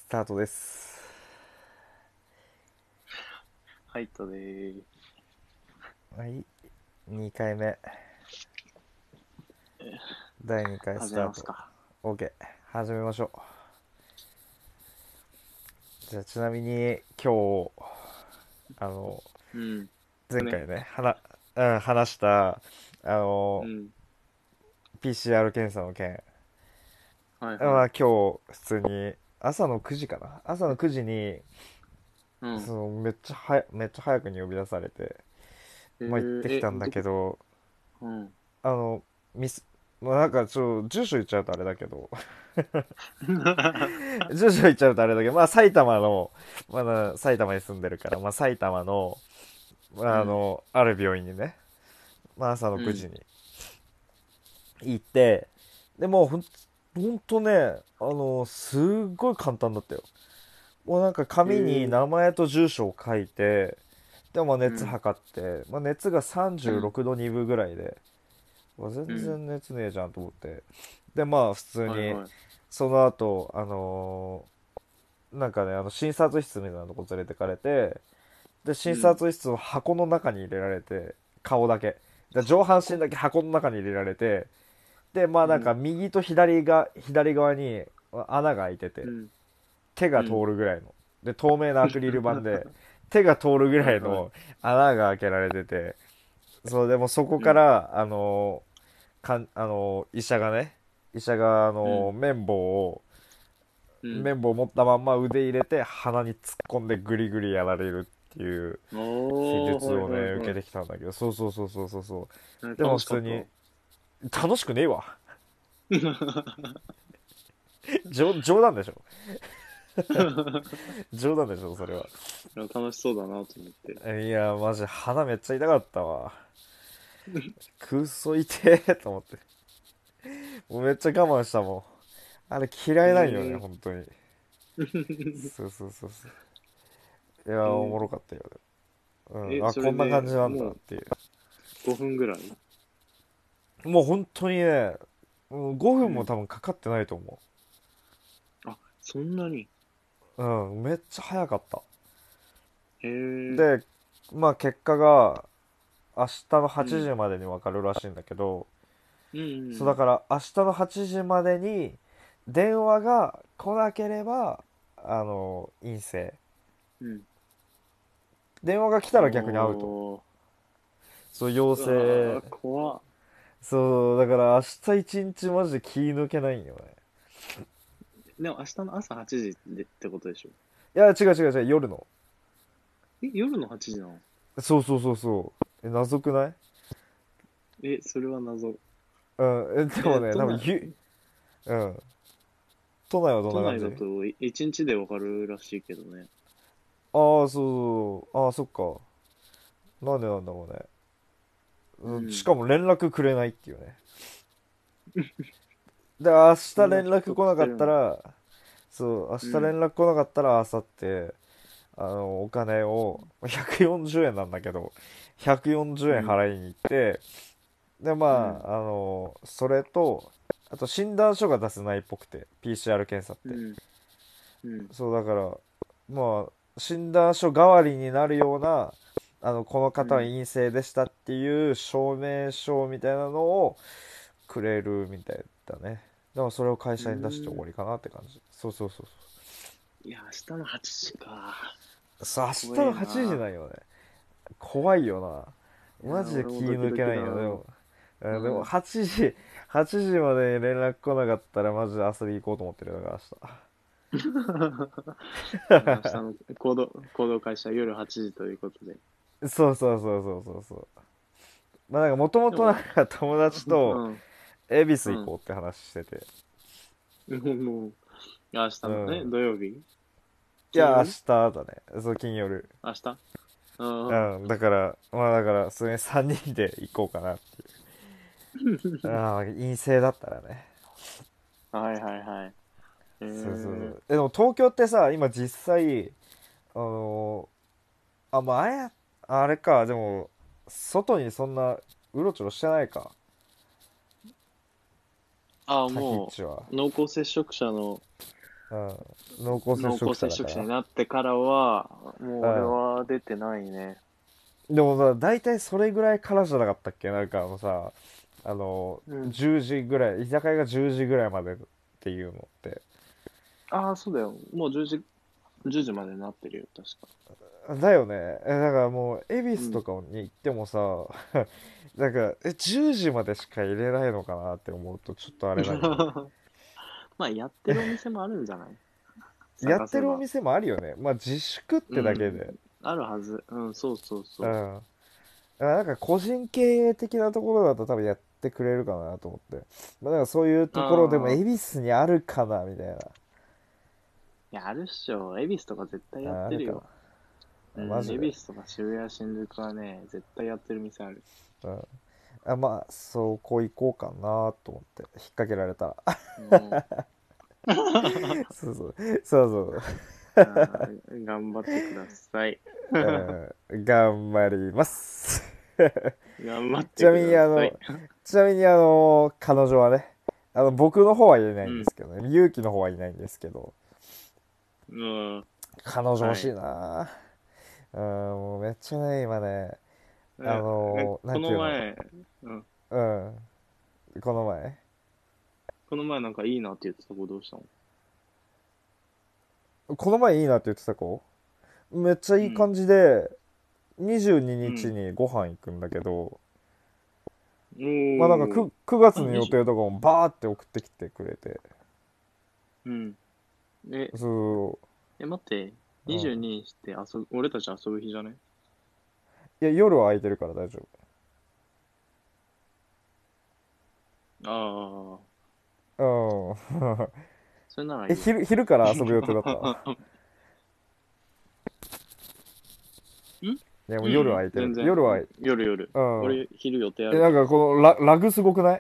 スタートです。 ハイトでーはい、2回目、第2回ス始めタート。 ますか。 OK、 始めましょう。じゃあちなみに今日あのうん。ね。 前回ね話したあのうん。 PCR 検査の件は、 はいはい。 今日普通に朝の9時かな、朝の9時にうん。 めっちゃ早くに呼び出されて、まあ、行ってきたんだどこ、 けど、 うん。 あのミスまあ、なんか住所言っちゃうとあれだけど、住所言っちゃうとあれだけど、まあ埼玉の、まだ埼玉に住んでるから、まあ埼玉の、 うん。 ある病院にね、まあ朝の9 うん。 時に行って、でもうほんとね、すっごい簡単だったよ。もうなんかえ紙にー、 名前と住所を書いて、でも熱うん。 測って、まあ、熱が36 うん。 度2分ぐらいで、全うん。 然熱ねえじゃんと思って。で、まあ普通に、 はいはい。 その後、なんかね、診察室みたいなとこ連れてかれて、で、診うん。 察室の箱の中に入れられて、顔だけ。で上半身だけ箱の中に入れられて、で、まあなんかうん。 右と左側に穴が開いてて、 うん。 手が通うん。 るぐらいの。で、透明なアクリル板で、手が通るぐはいはい。 らいの穴が開けられてて、そう、でもそこうん。 から、医者が、 うん。 綿うん。 棒を持ったまんま腕入れて鼻に突っ込んでグリグリやられるっていう施おー、はい術をね、受けはいはてきたんだけど、そう。 い。 でも楽しかった。 普通に、楽しくねえわ。冗談でしょ。冗談でしょ、それは。 楽しそうだなと思って。 いや、マジ鼻めっちゃ痛かったわ。くそ痛えと思って。もうめっちゃ我慢したもん。あれ嫌いなんよね、 え本当に。 ー、 そう。いや、おもろえかったよ。うん、あ、 それこんな感でじなんだもうっていう。 5分ぐらい。 もう本当にね、5分もうん。 多分かかってないと思あ、そんなに。 う。うん、めっちゃ早かった。 へえ。 で、まあ結果が明日の8 うん。 時までに分かるらしいんだけど、 うん。 そうだから明日の8時までに電話が来なければ、陰性。 うん。 電話が来たら逆にアウト。 おー。 そう、陽うわー、 性。 怖っ。 そう、だから明日一日マジで気抜けないんよね。 でも明日の朝8時でってことでしょ？ いや、違う、夜の。 夜の8時なの？ そう。謎くない？ それは謎。 うん、でもね、 都内、 うん。都内はどん都な感じ？ 内だと1日でわかるらしいけどね。 ああ、ああ、そっか。なんでなんだろうね。しうん。 かも連絡くれないっていうね。で、明日そんな連絡人来なかっってるんだ。 たら、そう、明日連うん。 絡来なかったら、明後日、お金を、140円なんだけど、140円うん。 払いに行って、で、 うん。 まあ、それと、あと診断書が出せないっぽくて、PCR 検査って。 うん。うん。 そう、だから、まあ、診断書代わりになるような、この方はうん。 陰性でしたっていう証明書みたいなのをくれるみたいだね。でもそれを会う社に出して終ん。 わりかなって感じ。そう。 いや、明日の8時か。 そう、明日怖えの8時な。 なんよね。怖いよな。マいや、 ジで俺もドキ気抜ドキだな。 けないよ。でもうん。 8時までに連絡来なかったらマジで遊び行こうと思ってるだから明日の行動開始は夜8時ということで。 明日。そう。まあなんかもともとなんでも、 か友達とうん、 恵比寿うん。 行こうって話してて。 もう、いや明日の、 うん。 土曜日いや、明金曜日日だね。そう、金夜。 明日うん。 うん。だから、それ3人で行こうかなっていう。ああ、陰性だったらね。 はいはいはい。 そう。でも東京ってさ、今実際、あのまあ、あれか、でも、外にそんな、うろちょろしてないか。タヒッもチは。 う、濃厚接触者の、 うん、濃厚接濃厚触者接触者にだから。 なってからは、もう俺うは出てないね。 ん。でもさ、大体それぐらいからじゃなかったっけ？なんかさ、 うん。 10時ぐらい、居酒屋が10時ぐらいまでっていうのって。 ああ、そうだよ。もう10時までなってるよ、確か。 だよね。だからもう、恵比うん。 寿とかに行ってもさ、なんか、10時までしか入れないのかなって思うと、ちょっとあれだけど。 まあ、やってるお店もあるんじゃない？ やっ探せば。 てるお店もあるよね。まあ、自粛っうてだけで。 ん。あるはず。うん、そうそうそうん。なんか個人経営的なところだと多分やってくれるかなと思って。まあ、だからそういうう。 ところでもああ、 恵比寿にあるかなみたいな。 いや、あるっしょ。恵比寿とか絶対やっあるかてるよ。うな。マん、 ジで。 恵比寿とか渋谷、新宿はね、絶対やってる店ある。 うん。まあ、そうこう行こうかなと思って。引っ掛けられたら。 うん。 そうそう。そうそう。 頑張ってください。 頑張ります。 頑張ってくちなみにださい。 彼女はね、僕の方は言えないんでうん。 すけどね、勇気の方はいないんですけど、 うん。 彼女欲しいはい。 な。もうめっちゃね、今ね、なこんていうの、 の前、うん。 うん、この前、 この前なんかいいなって言ってた子どうしたの？ この前いいなって言ってた子、めっちゃうん。 いい感じで、22日うん。 にちにご飯行くんだけど、 おまあなんかー。 9月あ、 の予定とかもバーって送ってきてくれて、 うん。え、 そ待って。 う、うん。 22って俺たち遊ぶ日じゃね？ いや、夜は空いてるから大丈ああ、 夫。うん。 それならいいよ。 昼から遊ぶ予定だった？ んいや、もううん、 夜空いてる。 全然。 夜は、 夜。 うん。 俺、昼予定あなんるけど。 かこのラグすごくない？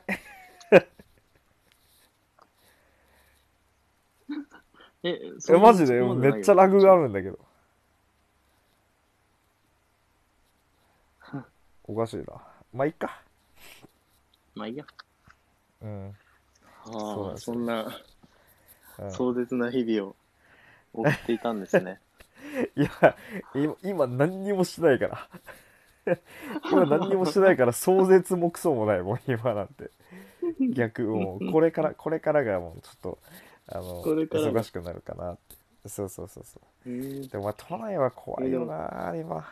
マジそこまででめっないよ、こっちゃラグがあち。 るんだけど。おかしいな。まあ、いっか。 まあいいや。 うん。そうああ、 なんですよ。 そんなうん。 壮絶な日々を送っていたんですね。 いや、今何にもしてないから。今何にもしてないから壮絶もクソもない、もう今なんて。もうこれからがもうちょっと、 これからが。 忙しくなるかなって。そうそうそうそう。 うん。 でもまあ都内は怖いよでも、 な、今。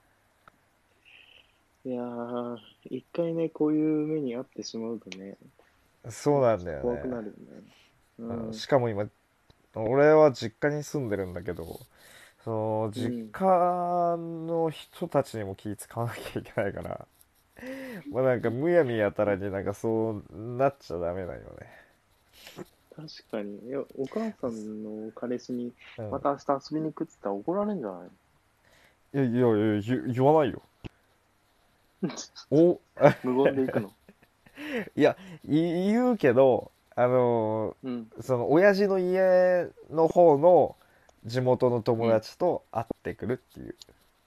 いやー、一回ね、こういう目に遭ってしまうとね、 そうなんだよ怖くね。 なるよね。ううん、 ん。 しかも今、俺は実家に住んでるんだけど、その実うん。 家の人たちにも気使わなきゃいけないから、まあなんかむやみやたらになんかそうなっちゃダメだよね。 確かに。いや、お母さんの彼氏に、 うん。 また明日遊びに行くって言ったら怒られるんじゃない？ 言わないよ。お、 無言で行くの？ いや、言うけど、 うん。 その親父の家の方の地元の友うん。 達と会ってくるっていう。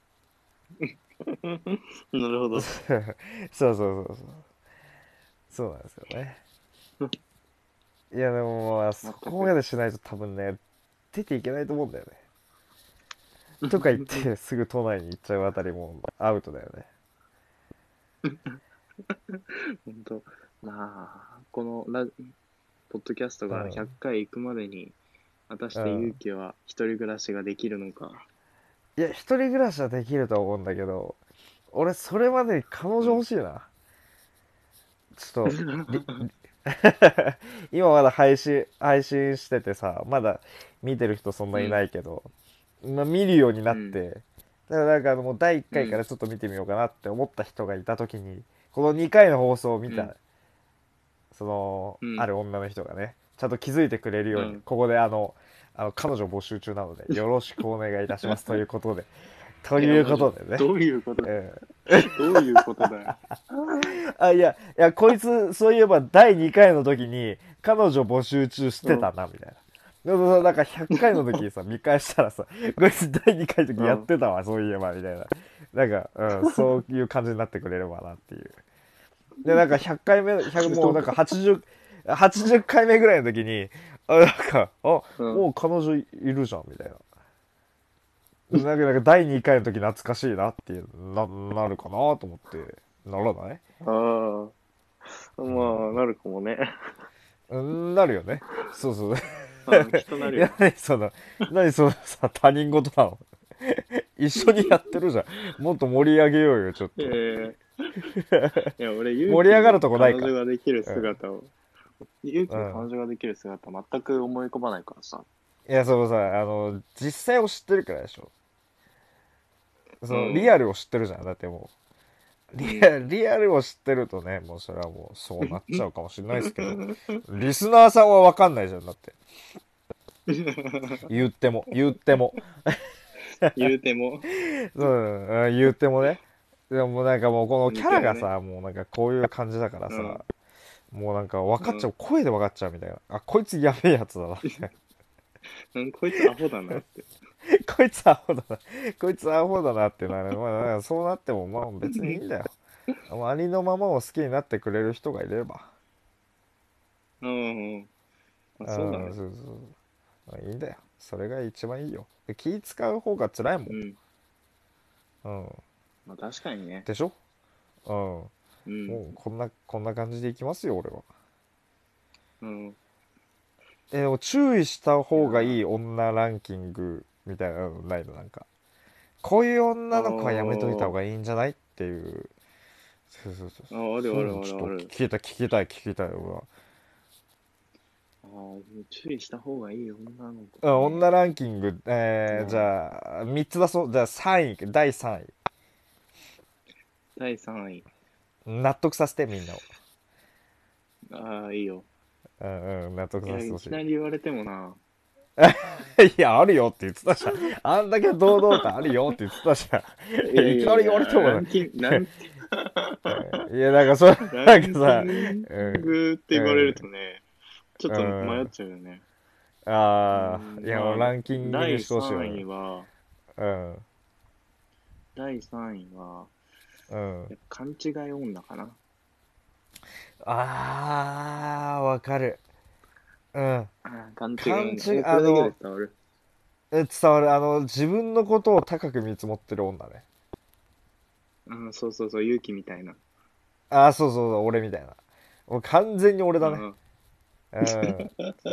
なるほど。 そうそうそうそう。そうなんですよね。いやでもまあそ全く。 こまでしないと多分ね、出ていけないと思うんだよね。とか言ってすぐ都内に行っちゃうあたりもアウトだよね。 本当。まあ、このポッドキャストがうん。 100回行くまでに、果たしてうん。 勇気は一人暮らしができるのか。 いや、一人暮らしはできると思うんだけど、俺それまでに彼女うん。 欲しいな。ちょっと、今まだ配信しててさ、まだ見てる人そんないなうん。 いけど、まあ、見るようになうん。 って、だからなんかもう第1 うん。 回からちょっと見てみようかなって思った人がいた時に、この2回の放送を見うん。 た、あうん。 る女の人がね、ちゃんと気づいてくれるように、 うん。 ここで彼女募集中なので、よろしくお願いいたしますということで、といや、 いうマジ、 ことでね、 どういうことだ？ うんどういうことだよ。 いや、こいつ、そういえば第2回の時に、彼女募集中してうん。 たな、みたいな。でもさ、なんか100回の時にさ、見返したらさ、こいつ第2回の時やっうん。 てたわ、そういえば、みたいな。なんか、そういう感じになってくれればなっていう。で、なんか100回目、もうなんか80回目ぐらいの時に、 なんか、もうん。 う彼女いるじゃん、みたいな。なんか第2回の時懐かしいなっていう、なるかなと思って、ならない？ ああ、まあ、なるかもね。 なるよね。そうそう。 うん、きっとないや、 るよ。 何そのさ、他人事なの？一緒にやってるじゃん。もっと盛り上げようよ、ちょっと。 ええ、いや、俺、勇気に盛り上がるとこな彼いか。 女ができるうん。 姿を、勇気に彼うん。 女ができる姿全く思い浮かばないからさ。 いや、そのさ、実際を知ってるからでしょ。その、リうん、 アルを知ってるじゃん。だってもう、 うん。 リアルを知ってるとね、もうそれはもうそうなっちゃうかもしれないですけど、リスナーさんはわかんないじゃん、だって。言っても。 言うても、 うん、言ってもね。でももうなんかもうこのキャ言うてもね。 ラがさ、もうなんかこういう感じだからさ、 うん、 もうなんか分うん。 かっちゃう、声で分かっちゃうみたいな。あ、こいつやべえやつだな、みたいうん、こいつアホだなって。 な。こいつアホだな。こいつアホだなってなる。まあ、だからそうなってもまあ別にいいんだよ。ありのままを好きになってくれる人がいれば。 うん、うん。まあ、 うん、 そうだね。 そうそう。まあいいんだよ。それが一番いいよ。で気使う方が辛いもん。 うん。 うん。 まあ、確かにね。 でしょ？うん。もうん、 うこんな感じでいきますよ、俺は。 うん。 でも注意したいや方がいい女ランキングみたいなのないの？なんか、こういうあ女の子はやめといた方ー、 がいいんじゃないっていう。そうあー、あるあるそういうのちょっとあるある。 聞きたい、俺は。 ああ、注意した方がいい女の子女ね。 ランキング、じまあ、 ゃあ、3つ出そう。じゃあ3位、第3位。 第3位。 納得させて、みんなを。 ああ、いいよ。 納得いや、 させてほしい。 いきなり言われてもな。 いや、あるよって言ってたじゃん。あんだけ堂々とあるよって言ってたじいゃん。 やいいきなり言われやいや、 てもね。いや、 ランキなんかさ、 ンうん、 グってう言われるん、 とね、ちょっうと迷っん。 ちゃうよね。 いや、もうまあ、 ランキングに第してほしいわ 3 ね。 位は、 うん、 第3位は、 うん。 やっぱ勘違い女かな。 わかる。うん。 勘違い女。 勘違い、 もうこれだけで伝わる。 伝わる。自分のことを高く見積もってる女ね。 うん、そうそうそう、勇気みたいな。 そうそうそう、俺みたいな。もう完全に俺だね。 うん。 うん。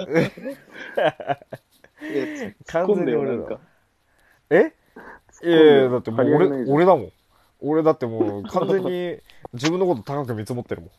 いや、突っ完全込んでよ、 に俺だわ。 なんか。 え突っいやいや、だ込んでよ。張り合いってもうないじゃん。 俺だもん。俺だってもう完全に自分のこと高く見積もってるもん。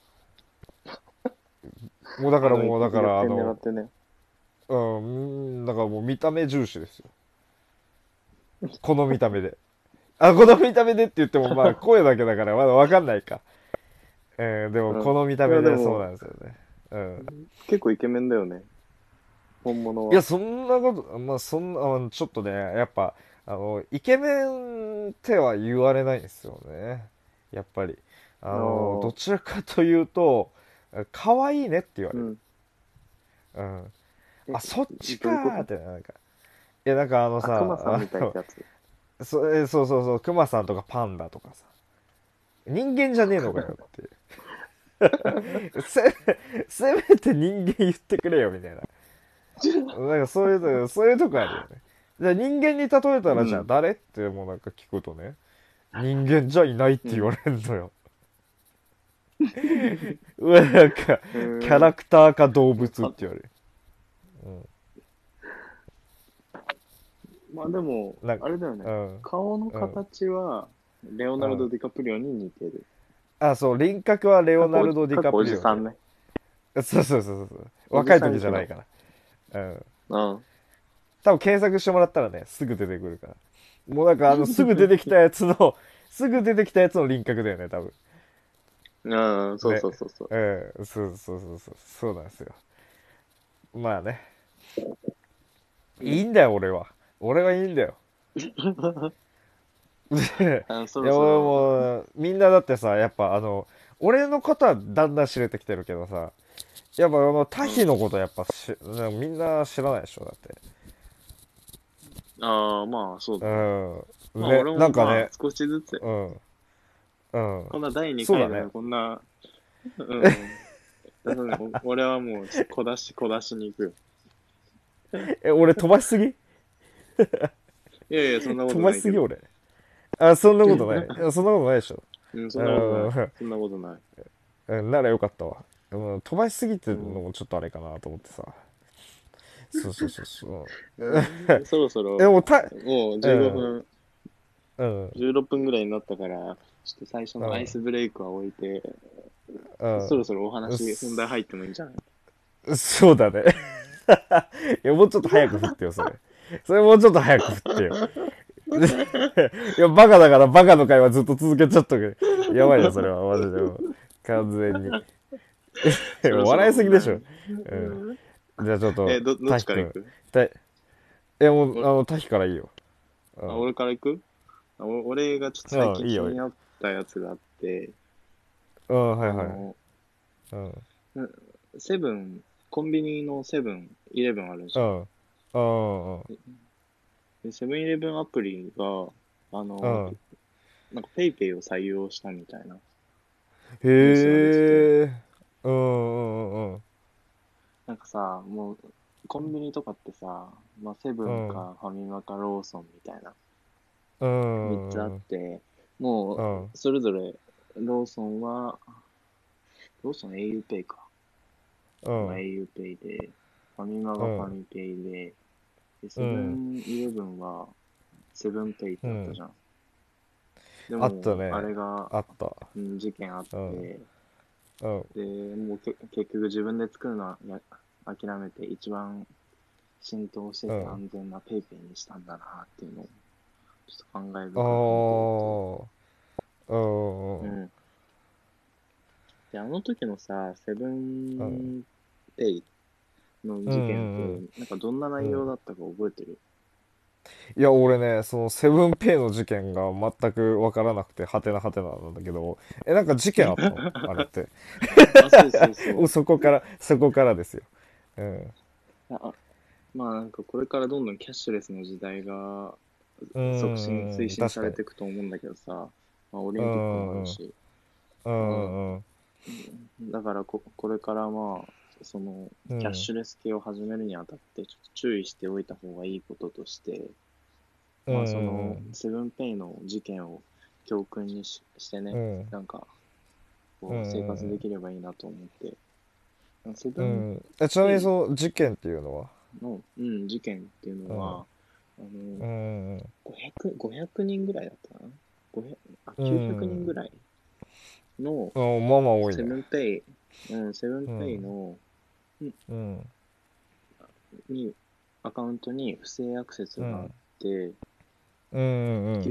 もうだからもう、だか一撃ら点狙ってね。 だからもう見た目重視ですよ。この見た目で。この見た目でって言ってもまあ声だけだからまだわかんないか。でもうん。 この見たいや、で目でそうなも、 んですよね。うん。 結構イケメンだよね。本物は。 いや、そんなこと、まあそんな、ちょっとね、やっぱ、イケメンっては言われないんですよね。やっぱり。 ああ、 どちらかというと、可愛いねって言われる。 うん。 うん。 え、 そっちかどういうことーって、なんか。いや、なんかあ、クマさんさ、 みたいってやつ。 そうそうそう、クマさんとかパンダとかさ、人間じゃねえのかよって。せ、せめて人間言ってくれよ、みたいな。なんかそういうとこあるよね。じゃあ人間に例えたらじゃあうん。 誰ってもうなんか聞くとね、人間じゃいないってうん。 言われるのよ。うわ、なんか、 へえ。 キャラクターか動物ってまあ、 言われる。 まあでも、 なんか、 あれだよね。 うん、 顔のうん、 形は、レオナルド・うん。 ディカプリオに似てる。 そう、輪郭はレオナルド・ディカ過去おプリオに。 じさんね。 そう。 おじ若い時じさん期の。 ゃないから。うん。 うん。 多分検索してもらったらね、すぐ出てくるから。もうなんかすぐ出てきたやつの、すぐ出てきたやつの輪郭だよね、多分。 うん、そうね。 そうそうそう。 そうなんですよ。まあね。いいんだよ、俺は。俺はいいんだよ。 そいや、俺ろそろ、 も、みんなだってさ、やっぱ俺のことはだんだん知れてきてるけどさ、やっぱうん。 タヒのことやっぱみんな知らないでしょ、だって。 ああ、まあ、そうだね。 うん。ね、 まあ俺もまあ、 なんかね、 少しずつ、 うん、うん。 こんな第2回でそうだね。 こんな、うん。 だからね俺はもう、小出しに行くよ。 俺飛ばしすぎ？ いやいや、そんなこ飛とないけど。 ばしすぎ俺。あ、そんなことない。そんなことないでしょ。 うん、そうんなことない。 ん、 そんなことない。 ならよかったわ。うん、飛ばしすぎてるのうん。 もちょっとあれかなと思ってさ。そうそうそうそう。 そろそろ、 でももう15 うん、 分、 うん、 16分ぐらいになったから、ちょっと最初うん、 のアイスブレイクは置いて、 うそろそろおん。 話、本題入ってもいいんじゃない？ そうだね。いや、もうちょっと早く振ってよ、それ。それもうちょっと早く振ってよ。いや、バカだからバカの会話ずっと続けちゃったけど。やばいよ、それは。マジでもう。完全に。 そろそろ笑いすぎでしょ。 本題。 うん。じゃあちょっと、 どっちタヒ君。 から行く？ いや、もう、 おタヒからいいよ。うあ、 ん。 俺から行く？俺がちょっと最うん、 近いいよ。 気になったやつがあって、 うん、はいはい。 あの、 うん。 なセブン、コンビニのセブン、イレブンあるじゃん。 うん。うん。うん。 で、セブンイレブンアプリが、あの、 うん。 なんかペイペイを採用したみたいなニュースが出てて、 へえ。うん。うん。 なんかさ、もう、コンビニとかってさ、まあ、セブうん。 ンかファミマかローソンみたいな、 う 3つあっん。うん。 て、もう、 うん。 それぞれ、ローソン auPay か。まあ、 うん。 auPay で、ファミマうん。 がファミペイで、セブうん。 ンイレブンはセブンペイっうん。 てあったじゃん。であったも、あね。 れが、 あった。 事件あっうん。 て、 うん。 で、もう結局自分で作るのは諦めて一番浸透しててうん。 安全なペイペイにしたんだなっていうのをちょっと感慨あ深く見ていて。 ー。うん。うん。 うん。で、あの時のさ、セブうん。 ンペイのう事件って、 ん。 なんかどんな内うん。 容だったか覚えてる？ いや、俺ね、そのセブンペイの事件が全くわからなくて、はてなはてななんだけど、なんか事件あったのあれって。 あ、そうそうそそこからですよ。うん。 う。まあなんかこれからどんどんキャッシュレスの時代がう推ん。 進確かに。 されていくと思うんだけどさ、まあオリうンピックもあるん。うん。 し、 ううん、 ん。うん。 だからこれからまあ、そのキャッうん。 シュレス系を始めるにあたってちょっと注意しておいた方がいいこととして、 うまあそのん。 セブンペイの事件を教訓にしてね、 うん。 なんかうこう生活でん。 きればいいなと思って、セブンうん。ちなみにペイその事件っていうのは？ の、事件っていううん。 のは、あの、 うん。 500人ぐらいだったかな？ 500、 う 900人ぐん。 らいのまあまあ多いセね。 ブンペイ、セブンうん。 ペイの、んうん。 に、アカウントに不正アクセスがあっうん。 て、 うん。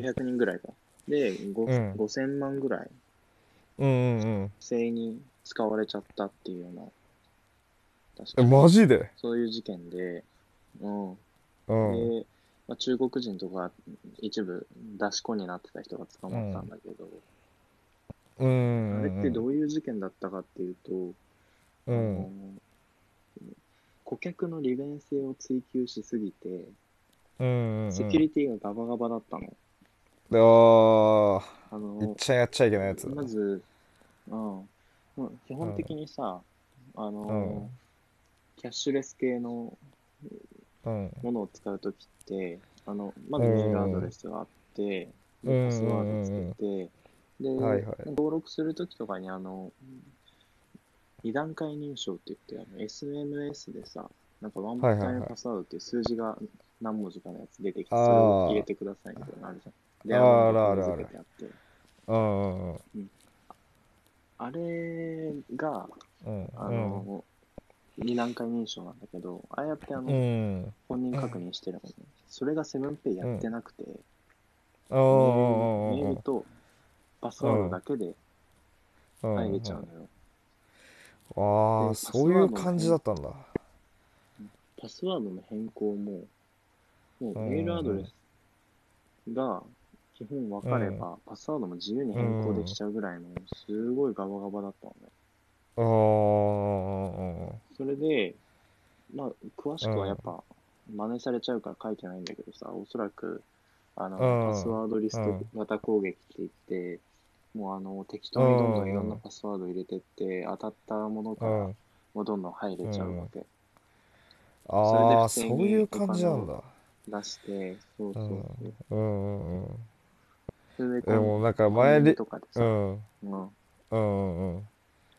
900人ぐらいか。で、 うん。 5000万ぐらいうん。うん。 不正に使われちゃったっていうような、確か、 マジで？ そういう事件で、うん。 うん。 で、まあ、中国人とか一部出し子になってた人が捕まったんうん。 だけど、 うん。 あれってうん。 どういう事件だったかっていうと、 うん。 あの、顧客の利便性を追求しすぎて、 うん。 セうん。 キュリティがガバガバだったの。 ああ、 あの、 言っちゃやっちゃいけないやつだね。 まず、うん、基本うん。 的にさ、あうん。 の、キャッシュレス系のうん。 ものを使うときって、まうずメールアドん。うん。 レスがあって、で、 うん。 パスワードつけうん。 て、で、 はいはい。 登録するときとかに二段階認証って言って、SMS でさ、なんかワンはいはいはい。 タイムパスワードっていう数字が何文字かのやつ出てきて、それを入れあてくださいみたいなのあるじゃん。電話番あ、あ号紐るあるある。 付けてあって。 うん。うん。 うん。あれが、 うん。 あうん。 の、二段階認証なんだけど、ああやってうん。 本人確認してるのね。それがセブンペイやっうん。 てなくて、 うん。 メールとパスワードうん。 だけでうん。 入れうん。 ちゃうのよ。 ああ、 で、 そういう感じだったんだ。 パスワードの変更も、もううメールアドん。 レスが基本分うん。 かれば、パスワードも自由にう変更できん。 ちゃうぐらいの、すごいガバガバだったのね。 ああ、 それで、まあ、詳しうん。 くはやっぱ、真似されちゃうから書いてないんだけどさ、おそらく、 うん。 パスワードリストうん。 型攻撃って言って、 もう適う当にどんどんいろんなん、 パスワード入れてって、当たったものからうん、 もうどんどん入れうん。 ちゃうわけ。それでああ、 不正にそういうお金を感じなんだ。 出して、そううん、 そうそう。 うん、うん。 それででもなんかコンビニ前り、 とかでさ、 うん、うん、 うん。 うん、うん。い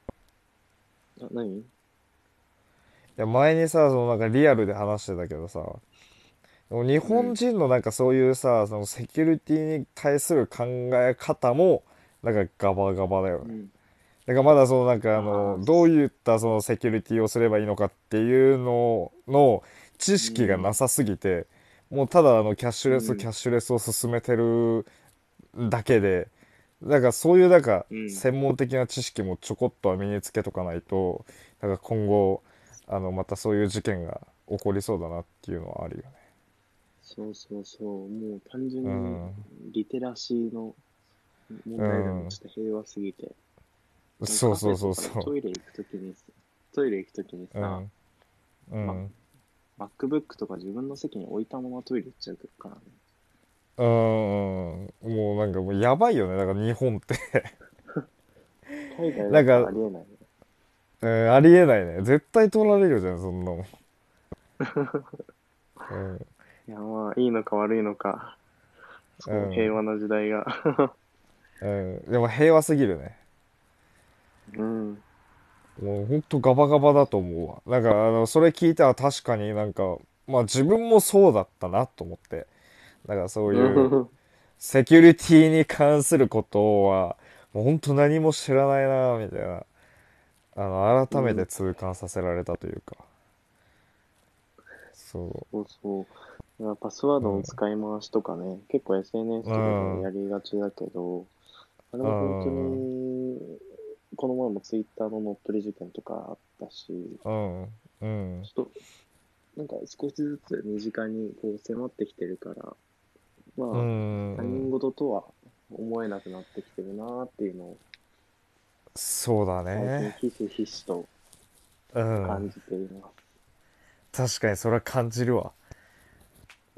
何？ や、前にさ、そのなんかリアルで話してたけどさ、でも日うん。 本人のなんかそういうさ、そのセキュリティに対する考え方も、なんかガバガバだよね。 うん。 だからまだそのなんかああ、 どういったそのセキュリティをすればいいのかっていうのの知うん。 識がなさすぎて、もうただキャッシュレス、キうん。 ャッシュレスを進めてるだけで、だからそういうなんかうん。 専門的な知識もちょこっとは身につけとかないと、だから今後、またそういう事件が起こりそうだなっていうのはあるよね。 そうそうそう。もう単純にうん。 リテラシーのう問題でもちん。 ょっと平和すぎて、もうカフェそうそうそとかでうそトイレ行くときにう。うさ、 ん。うま、 ん。 MacBook とか自分の席に置いたままトイレ行っちゃうからね。 うん。もうなんかもうやばいよね。だから日本って。 海外だったらなんか、 ありえないね。 ありえないね。絶対取られるじゃん、そんなもん。うん。 いや、まあ、いいのか悪いのか、そう、平うん。 和な時代が。 うん。でも平和すぎるね。 うん。 もうほんとガバガバだと思うわ。なんかそれ聞いたら確かになんか、まあ自分もそうだったなと思って。だからそういうセキュリティに関することは、もうほんと何も知らないなみたいな。改めてうん。 痛感させられたというか。そそうそう。パスワーう。うドのん。 使い回しとかね、結構 SNS うとかでん。 やりがちだけど、あれうも本当ん。 に、この前も Twitter の乗っ取り事件とかあったし、 うん。うん。 ちょっと、なんか少しずつ身近にこう迫ってきてるから、 うまあ、他人ん。 事とは思えなくなってきてるなーっていうのをそうだ最近ね。 ひしひしとうん。 感じています。 確かにそれは感じるわ。 うん。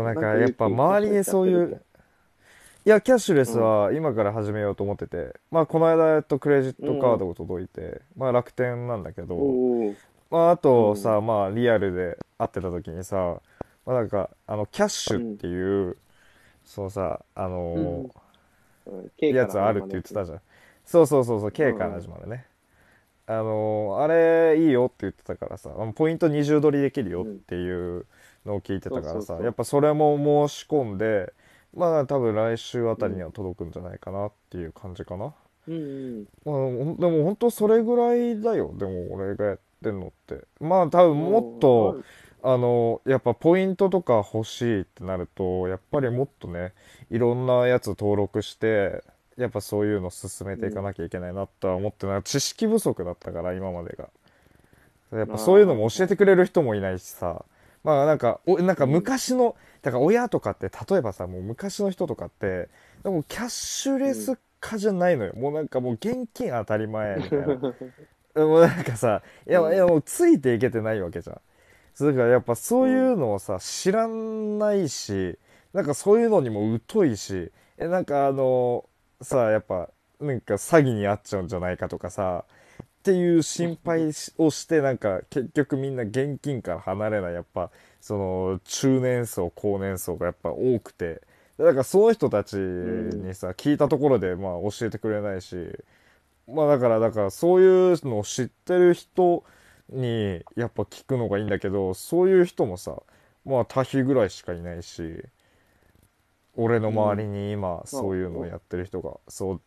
でもなんなんかかやっぱゆうき、キャッシュレス周りにそういう、 やってるっけ？ いや、キャッシュレうん。 スは今から始めようと思ってて、まあこの間クレジットカーうん。 ドが届いて、まあ楽天なんだけど、 おー。 まああうん。 とさ、まあリアルで会ってた時にさ、まあなんかキャッシュっうん。 ていう、そのさ、 うん。うん。K からやつあるって始まるやつね。 言ってたじゃん。そうそうそうそう、 う K からんうん。 始まるね。あれいいよって言ってたからさ、ポイント20取りできるよっうん。 ていうのを聞いてそうたからさ、 そうそやっぱそれも申し込んで、まあ多分来週あう。うん。 たりには届くんじゃないかなっていう感じかな。 うんうん。 まあ、でも本当それぐらいだよ。でも俺がやってんのって。まあ多分もっと、 もう、 やっぱポイントとか欲しいってなると、やっぱりもっとね、いろんなやつ登録して、やっぱそういうの進めていかうん。 なきゃいけないなとは思ってない。知識不足だったから、今までが。やっあぱそういうのもあ、はい。 教えてくれる人もいないしさ、まあなんか、なんかうん。 昔の、だから親とかって、例えばさ、もう昔の人とかって、でもキャッシュうん。 レス化じゃないのよ。もうなんかもう現金当たり前みたいな。もうなんかさ、いやうん。 もうついていけてないわけじゃん。それからやっぱそういうん。 うのをさ、知らないし、なんかそういうのにも疎いし、なんかさ、やっぱ、なんか詐欺に遭っちゃうんじゃないかとかさ、っていう心配をしてなんか結局みんな現金から離れないやっぱその中年層高年層がやっぱ多くてだからその人たちうん。 にさ聞いたところでまあ教えてくれないしまあだからそういうのを知ってる人にやっぱ聞くのがいいんだけどそういう人もさまあ多比ぐらいしかいないし俺のうん。 周りに今まあ、 そういうのをやってる人がそう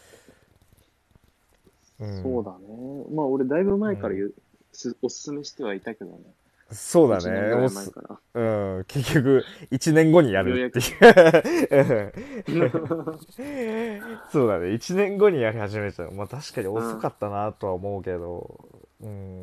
うんそうだね。まあ、俺、だいぶ前からうんおすすめしてはいたけどね。 そうだ 1年ぐらいね。 前から。 うん、結局、1年後にやるっていようやくね。 うそうだね。1年後にやり始めちゃう。まあ確かにうん。 遅かったなとは思うけど、うん、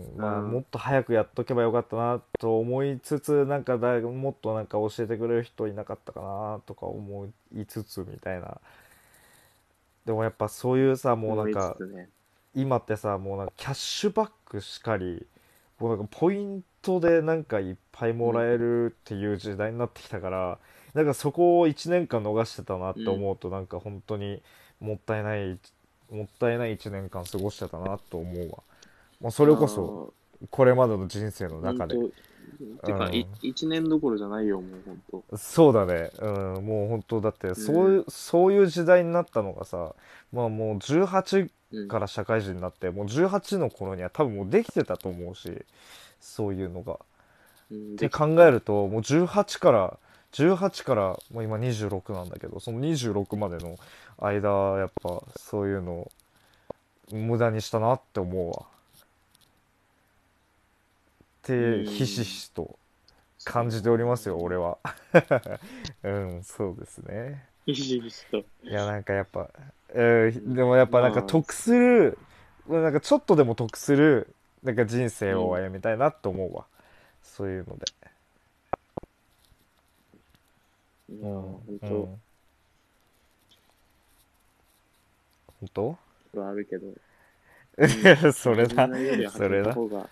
まあもっうん。 と早くやっとけばよかったなと思いつつ、なんかもっとなんか教えてくれる人いなかったかなとか思いつつみたいな。でもやっぱそういうさ、もうなん思いつかつね。 今ってさもうなんかキャッシュバックしかりもうなんかポイントでなんかいっぱいもらうん。 えるっていう時代になってきたからなんかそこを1年間逃してたなってうん。 思うとなんか本当にもったいないもったいない1年間過ごしてたなと思うわ。もうそあれこそあ、 これまでの人生の中で、 ほんと、てか、 うん、 一年どころじゃないよ、もうほんと。 そうだね、うん、もう本当だってうん、 そういう時代になったのがさ、まあもう18 うん、 から社会人になってもう18の頃には多分もうできてたと思うし、そういうのがっうん、 て考できてた。 えるともう18からもう今26なんだけど、その26までの間やっぱそういうの無駄にしたなって思うわっうてひしひん、 しとそう感じておりますよ、俺ね。 は。うんそうですね。 ひしひしと。 いやなんかやっぱ、でもやっぱなんかまあ、 得する、なんかちょっとでも得するなんか人生をうん。 歩みたいなと思うわ、そういうので。 いやー、 うんほんと、 うん本当。 あるけど、うん。 それな、 始めないよりは始めそれな、 た方が、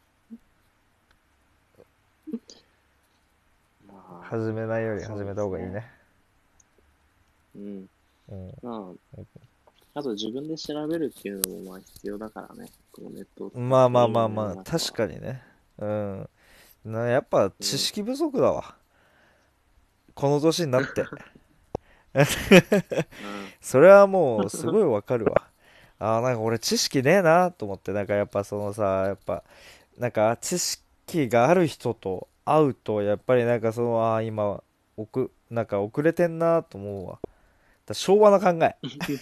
ま始めないよあ、 り始そうめたですね。 方がいいね。 うん。 うんまあ、あと自分で調べるっていうのもまあ必要だからね。このネットを使っまあまあてる今の世まあまあ、確の中は。 かにね。うん。やっぱうん。 知識不足だわ。この年になって。 うん。 それはもうすごいわかるわ。なんか俺知識ねえなと思って、なんかやっぱそのさ、やっぱ、なんか知識がある人と会うと、やっぱりなんかその、今、なんか遅れてんなと思うわ。昭和の考え。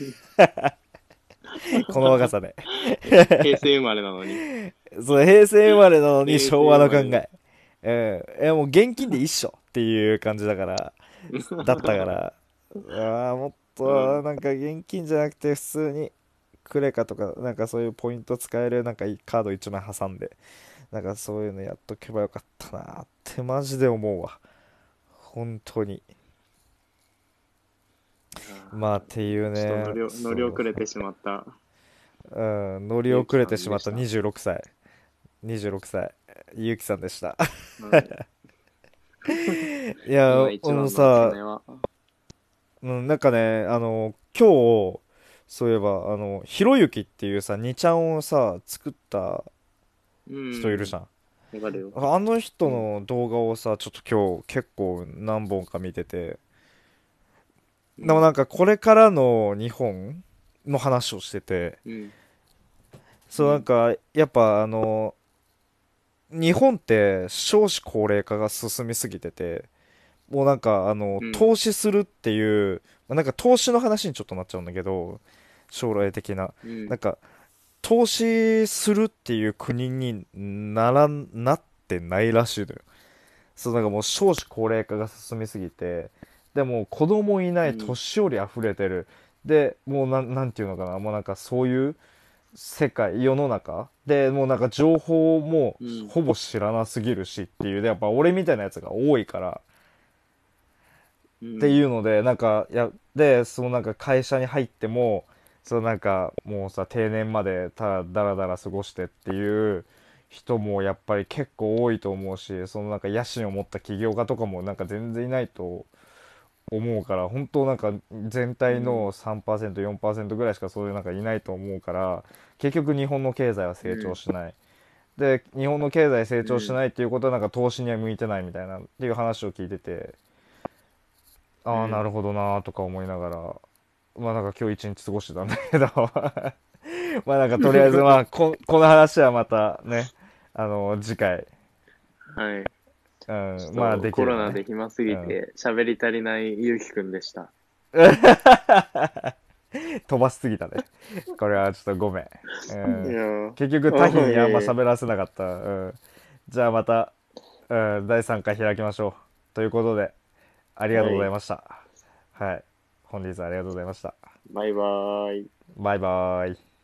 この若さで。 平成生まれなのに。 そう、平成生まれなのに平成昭和の考生まれの。 え。もう現金で一緒っていう感じだったから、もっと、 うん。 なんか現金じゃなくて普通に、クレカとか、なんかそういうポイント使える、なんかカード1枚挟んで、なんかそういうのやっとけばよかったなってマジで思うわ。本当に。 いやまあっていうちょっとね、 乗り遅れてしまったうん、乗り遅れゆうきさてしまったんでした。 26歳。26歳、ゆうきさんでした。 はい。 いや、 今一番のおすすさ、 めは。 なんかね、今日、そういえば、ひろゆきっていうさ、2ちゃんをさ、作ったうん。 人いるじゃん。 わかるよ。 あの人うん。 の動画をさ、ちょっと今日結構何本か見てて、 うん。 でもなんかこれからの日本の話をしてて、 うん。うそうなんん。 か、やっぱ日本って少子高齢化が進みすぎてて、もうなんかうん。 投資するっていう、なんか投資の話にちょっとなっちゃうんだけど、将来的な。 うん。 なんか、投資するっていう国になってないらしいのよ。そう、なんかもう少子高齢化が進みすぎて、でも子供いないうん。 年寄り溢れてる。で、もうなんていうのかな、もうなんかそういう世の中で、もうなんか情報もうん。 ほぼ知らなすぎるしっていう、でやっぱ俺みたいなやつが多いから、っていうん。 うので、なんか、そのなんか会社に入っても、そのなんかもうさ、定年までただだらだら過ごしてっていう人もやっぱり結構多いと思うし、そのなんか野心を持った起業家とかもなんか全然いないと思うから、本当なんか全体のうん。 3%、4%ぐらいしかそういうなんかいないと思うから、結局日本の経済は成長うん。 しない。で、日本の経済成うん。 長しないっていうことはなんか投資には向いてないみたいなっていう話を聞いてて、ああ、なうん。 るほどなーとか思いながら、まあなんか今日一日過ごしてたんだけどまあなんかとりあえずまあこの話はまたね、次回、 はい。 うちん、まあょっとコロできればね。 ナで暇すうん。 ぎて喋り足りないゆうきくんでした。 飛ばしすぎたね。これはちょっとごめん。ういやん。 ー、 結局多岐あいにあんまやいや、 喋らせなかった。うん。じゃあまた、うん、第3回開きましょう。ということで、ありがとうございはい。 ました。はい。本日はありがとうございました。 バイバーイ。 バイバーイ。